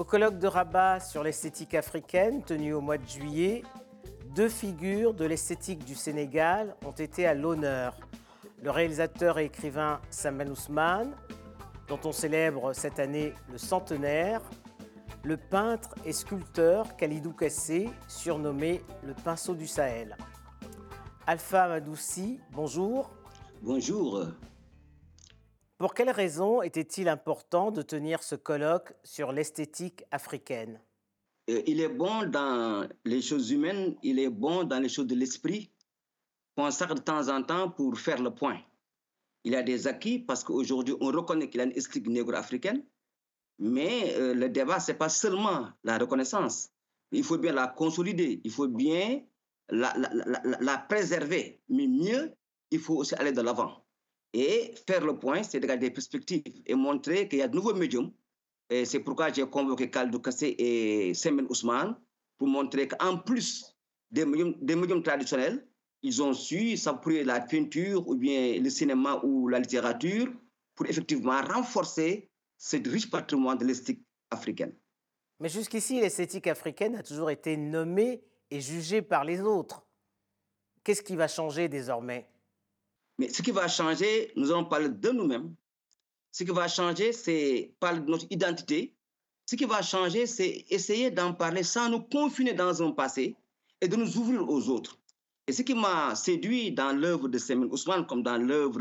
colloque de Rabat sur l'esthétique africaine, tenu au mois de juillet, deux figures de l'esthétique du Sénégal ont été à l'honneur. Le réalisateur et écrivain Sambène Ousmane, dont on célèbre cette année le centenaire, le peintre et sculpteur Khalidou Kassé, surnommé le pinceau du Sahel. Alpha Madoussi, bonjour. Bonjour. Pour quelles raisons était-il important de tenir ce colloque sur l'esthétique africaine ? Il est bon dans les choses humaines, il est bon dans les choses de l'esprit, qu'on s'arrête de temps en temps pour faire le point. Il y a des acquis parce qu'aujourd'hui, on reconnaît qu'il y a une esthétique négro-africaine, mais le débat, ce n'est pas seulement la reconnaissance. Il faut bien la consolider, il faut bien la préserver, mais mieux, il faut aussi aller de l'avant. Et faire le point, c'est regarder des perspectives et montrer qu'il y a de nouveaux médiums. Et c'est pourquoi j'ai convoqué Khalidou Kassé et Sambène Ousmane pour montrer qu'en plus des médiums traditionnels, ils ont su s'appuyer la peinture ou bien le cinéma ou la littérature pour effectivement renforcer ce riche patrimoine de l'esthétique africaine. Mais jusqu'ici, l'esthétique africaine a toujours été nommée et jugée par les autres. Qu'est-ce qui va changer désormais ? Mais ce qui va changer, nous allons parler de nous-mêmes. Ce qui va changer, c'est parler de notre identité. Ce qui va changer, c'est essayer d'en parler sans nous confiner dans un passé et de nous ouvrir aux autres. Et ce qui m'a séduit dans l'œuvre de Sambène Ousmane comme dans l'œuvre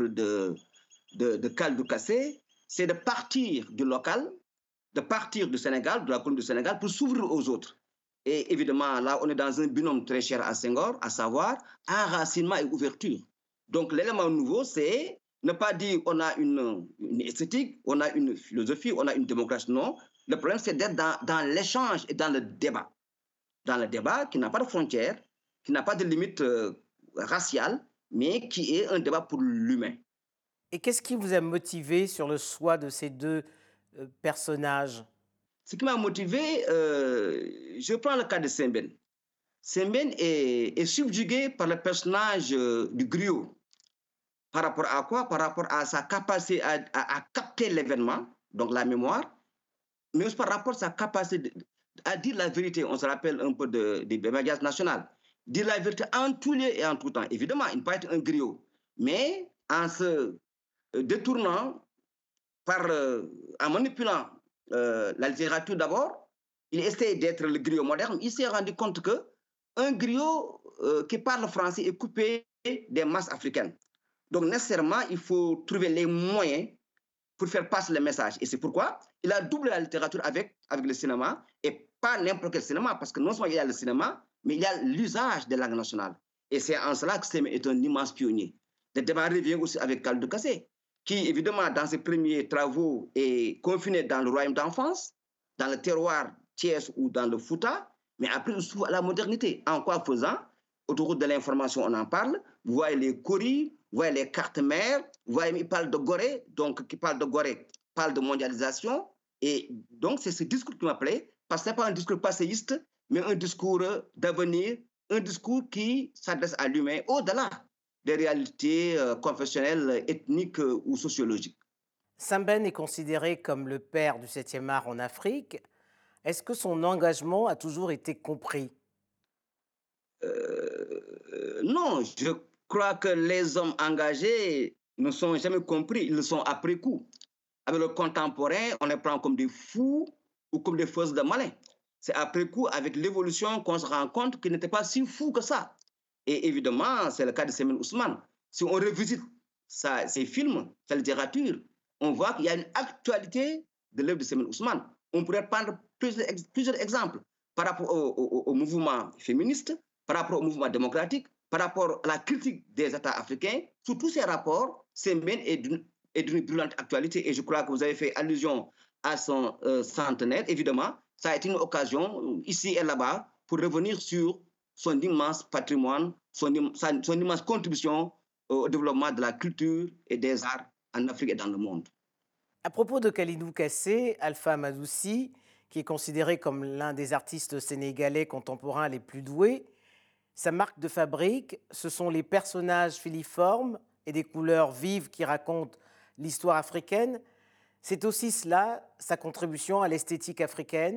de Khalidou Kassé, c'est de partir du local, de partir du Sénégal, de la colonie du Sénégal, pour s'ouvrir aux autres. Et évidemment, là, on est dans un binôme très cher à Senghor, à savoir enracinement et ouverture. Donc, l'élément nouveau, c'est ne pas dire on a une esthétique, on a une philosophie, on a une démocratie. Non, le problème, c'est d'être dans l'échange et dans le débat. Dans le débat qui n'a pas de frontières, qui n'a pas de limite raciale, mais qui est un débat pour l'humain. Et qu'est-ce qui vous a motivé sur le choix de ces deux personnages ? Ce qui m'a motivé, je prends le cas de Sambène. Sambène est subjugué par le personnage du griot. Par rapport à quoi? Par rapport à sa capacité à capter l'événement, donc la mémoire, mais aussi par rapport à sa capacité à dire la vérité. On se rappelle un peu des médias nationaux. Dire la vérité en tout lieu et en tout temps. Évidemment, il ne peut pas être un griot, mais en se détournant, en manipulant la littérature d'abord, il essaie d'être le griot moderne. Il s'est rendu compte qu'un griot qui parle français est coupé des masses africaines. Donc, nécessairement, il faut trouver les moyens pour faire passer le message. Et c'est pourquoi il a doublé la littérature avec le cinéma, et pas n'importe quel cinéma, parce que non seulement il y a le cinéma, mais il y a l'usage des langues nationales. Et c'est en cela que Sambène est un immense pionnier. Le débat revient aussi avec Khalidou Kassé, qui, évidemment, dans ses premiers travaux, est confiné dans le royaume d'enfance, dans le terroir Thiès ou dans le Fouta, mais après, il s'ouvre à la modernité. En quoi faisant? Autour de l'information, on en parle. Vous voyez les coris, vous voyez les cartes mères, vous voyez, il parle de Gorée, donc qui parle de Gorée, parle de mondialisation. Et donc, c'est ce discours qui m'appelait, parce que ce n'est pas un discours passéiste, mais un discours d'avenir, un discours qui s'adresse à l'humain au-delà des réalités confessionnelles, ethniques ou sociologiques. Sambène est considéré comme le père du 7e art en Afrique. Est-ce que son engagement a toujours été compris ? Non, je crois que les hommes engagés ne sont jamais compris, ils le sont après coup. Avec le contemporain, on les prend comme des fous ou comme des fausses de malin. C'est après coup, avec l'évolution, qu'on se rend compte qu'ils n'étaient pas si fous que ça. Et évidemment, c'est le cas de Sambène Ousmane. Si on revisite ses films, sa littérature, on voit qu'il y a une actualité de l'œuvre de Sambène Ousmane. On pourrait prendre plusieurs exemples par rapport au mouvement féministe, par rapport au mouvement démocratique, par rapport à la critique des États africains. Sous tous ces rapports, Sambène est d'une brûlante actualité. Et je crois que vous avez fait allusion à son centenaire. Évidemment, ça a été une occasion, ici et là-bas, pour revenir sur son immense patrimoine, son immense contribution au développement de la culture et des arts en Afrique et dans le monde. À propos de Khalidou Kassé, Alpha Madoussi, qui est considéré comme l'un des artistes sénégalais contemporains les plus doués, sa marque de fabrique, ce sont les personnages filiformes et des couleurs vives qui racontent l'histoire africaine. C'est aussi cela, sa contribution à l'esthétique africaine.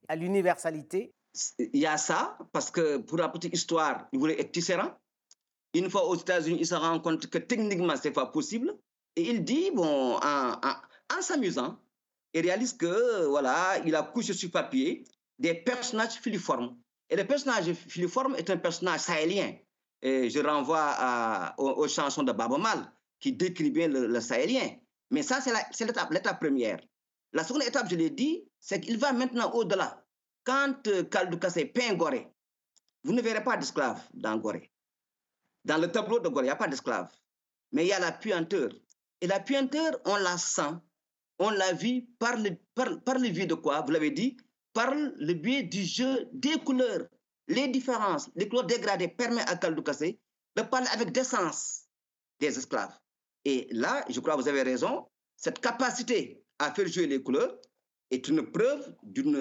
à l'universalité? Il y a ça, parce que pour la petite histoire, il voulait être tisserand. Une fois aux États-Unis, il se rend compte que techniquement, ce n'est pas possible. Et il dit, bon, en s'amusant, il réalise que, voilà, il a couché sur papier des personnages filiformes. Et le personnage filiforme est un personnage sahélien. Et je renvoie aux chansons de Baba Mal, qui décrit bien le sahélien. Mais ça, c'est l'étape première. La seconde étape, je l'ai dit, c'est qu'il va maintenant au-delà. Quand Kaldou Kassé peint Gorée, vous ne verrez pas d'esclaves dans Gorée. Dans le tableau de Gorée, il n'y a pas d'esclaves. Mais il y a la puanteur. Et la puanteur, on la sent, on la vit par le biais de quoi? Vous l'avez dit, par le biais du jeu des couleurs. Les différences, les couleurs dégradées permettent à Kaldou Kassé de parler avec décence des esclaves. Et là, je crois que vous avez raison, cette capacité à faire jouer les couleurs est une preuve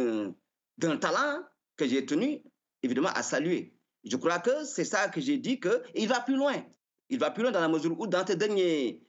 d'un talent que j'ai tenu, évidemment, à saluer. Je crois que c'est ça que j'ai dit, qu'il va plus loin. Il va plus loin dans la mesure où, dans ses derniers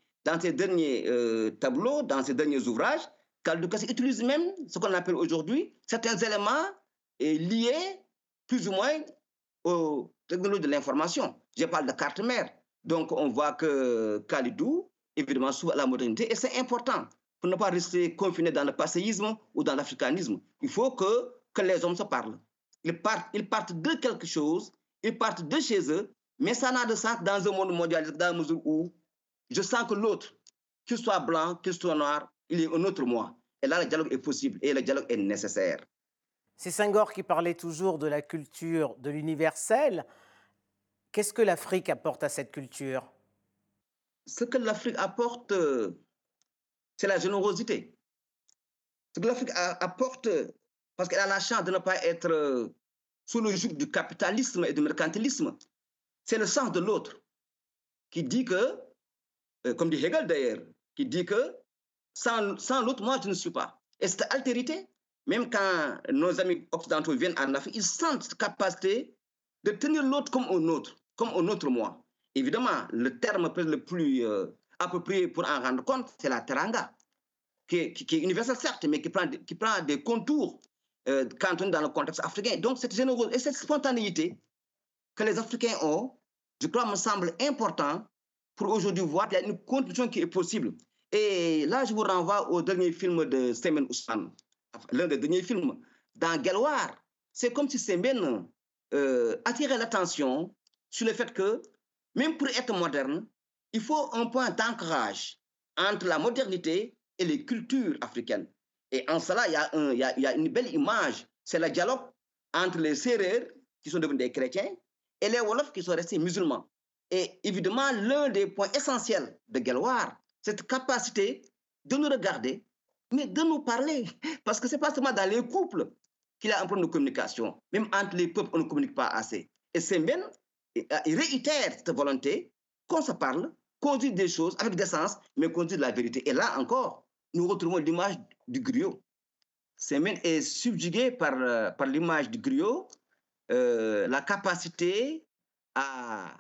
tableaux, dans ses derniers ouvrages, Kaldou Kassé utilise même ce qu'on appelle aujourd'hui certains éléments liés plus ou moins aux technologies de l'information. Je parle de carte mère. Donc, on voit que Kalidou, évidemment, s'ouvre à la modernité, et c'est important pour ne pas rester confiné dans le passéisme ou dans l'africanisme. Il faut que les hommes se parlent. Ils partent de quelque chose, ils partent de chez eux, mais ça n'a de sens dans un monde mondialisé, dans la mesure où je sens que l'autre, qu'il soit blanc, qu'il soit noir, il est un autre moi. Et là, le dialogue est possible et le dialogue est nécessaire. C'est Senghor qui parlait toujours de la culture de l'universel. Qu'est-ce que l'Afrique apporte à cette culture? Ce que l'Afrique apporte, c'est la générosité. Ce que l'Afrique apporte, parce qu'elle a la chance de ne pas être sous le joug du capitalisme et du mercantilisme, c'est le sens de l'autre qui dit que, comme dit Hegel d'ailleurs, qui dit que sans l'autre, moi, je ne suis pas. Et cette altérité, même quand nos amis occidentaux viennent en Afrique, ils sentent cette capacité de tenir l'autre comme un autre moi. Évidemment, le terme peut-être le plus approprié pour en rendre compte, c'est la teranga, qui est universelle certes, mais qui prend des contours quand on est dans le contexte africain. Donc, cette générosité et cette spontanéité que les Africains ont, je crois, me semble important pour aujourd'hui voir qu'il y a une contribution qui est possible. Et là, je vous renvoie au dernier film de Sembène Ousmane, l'un des derniers films. Dans Gelwar, c'est comme si Sembène attirait l'attention sur le fait que, même pour être moderne, il faut un point d'ancrage entre la modernité et les cultures africaines. Et en cela, il y a une belle image. C'est le dialogue entre les Sérères, qui sont devenus des chrétiens, et les Wolofs, qui sont restés musulmans. Et évidemment, l'un des points essentiels de Gelwar, cette capacité de nous regarder, mais de nous parler. Parce que ce n'est pas seulement dans les couples qu'il y a un problème de communication. Même entre les peuples, on ne communique pas assez. Et Sembène, il réitère cette volonté qu'on se parle, qu'on dise des choses avec des sens, mais qu'on dise la vérité. Et là encore, nous retrouvons l'image du griot. Sembène est subjugué par l'image du griot, la capacité à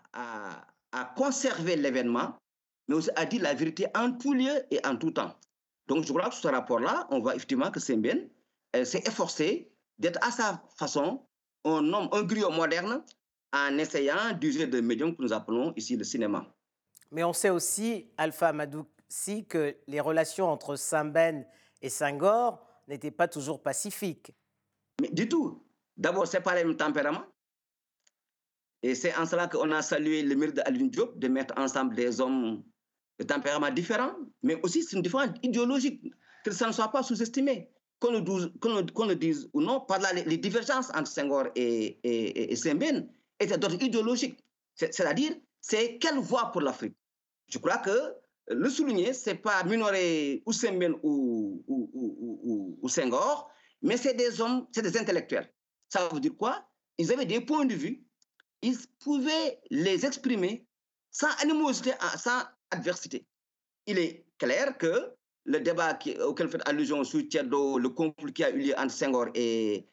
conserver l'événement, mais aussi à dire la vérité en tout lieu et en tout temps. Donc, je crois que sur ce rapport-là, on voit effectivement que Sembène s'est efforcé d'être à sa façon un griot moderne en essayant d'user de médiums que nous appelons ici le cinéma. Mais on sait aussi, Alpha Amadou-Sy, que les relations entre Sembène et Senghor n'étaient pas toujours pacifiques. Mais du tout. D'abord, ce n'est pas le même tempérament. Et c'est en cela qu'on a salué le mérite d'Alioune Diop de mettre ensemble des hommes de tempéraments différents, mais aussi c'est une différence idéologique, que ça ne soit pas sous-estimé. Qu'on le dise ou non, par là, les divergences entre Senghor et Sembène étaient d'ordre idéologique. C'est-à-dire, c'est quelle voie pour l'Afrique? Je crois que le souligner, ce n'est pas Minoret ou Sembène ou Senghor, mais c'est des hommes, c'est des intellectuels. Ça veut dire quoi? Ils avaient des points de vue, ils pouvaient les exprimer sans animosité, sans adversité. Il est clair que le débat auquel fait allusion sur Tchèdo, le conflit qui a eu lieu entre Senghor et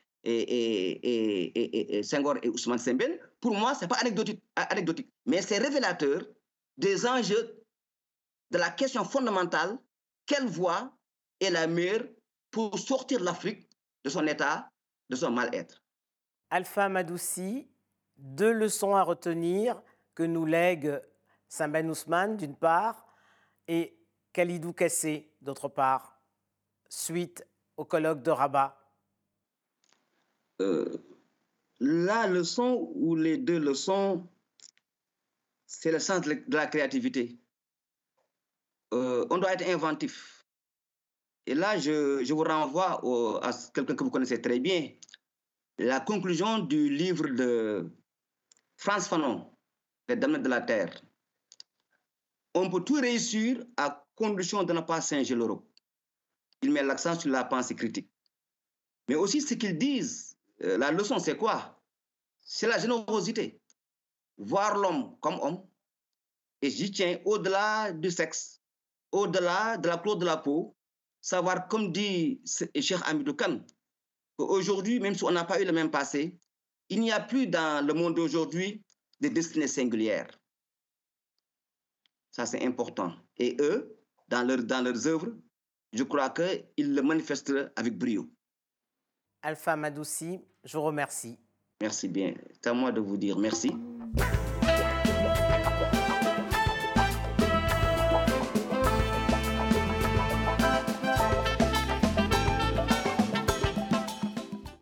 Senghor et Ousmane Sembène, pour moi, ce n'est pas anecdotique, mais c'est révélateur des enjeux de la question fondamentale, quelle voie est la meilleure pour sortir l'Afrique de son état de son mal-être. Alpha Madoussi, 2 leçons à retenir que nous lègue Saint-Ben Ousmane d'une part et Khalidou Kassé d'autre part, suite au colloque de Rabat. La leçon ou les 2 leçons, c'est le sens de la créativité. On doit être inventif. Et là, je vous renvoie à quelqu'un que vous connaissez très bien, la conclusion du livre de Frantz Fanon, Les Damnés de la Terre. On peut tout réussir à condition de ne pas singer l'Europe. Il met l'accent sur la pensée critique. Mais aussi ce qu'ils disent, la leçon c'est quoi? C'est la générosité. Voir l'homme comme homme. Et j'y tiens au-delà du sexe, au-delà de la couleur de la peau, savoir, comme dit Cheikh Hamidou Kane, qu'aujourd'hui, même si on n'a pas eu le même passé, il n'y a plus dans le monde d'aujourd'hui de destinées singulières. Ça, c'est important. Et eux, dans leurs œuvres, je crois qu'ils le manifestent avec brio. Alpha Madoussi, je vous remercie. Merci bien. C'est à moi de vous dire merci.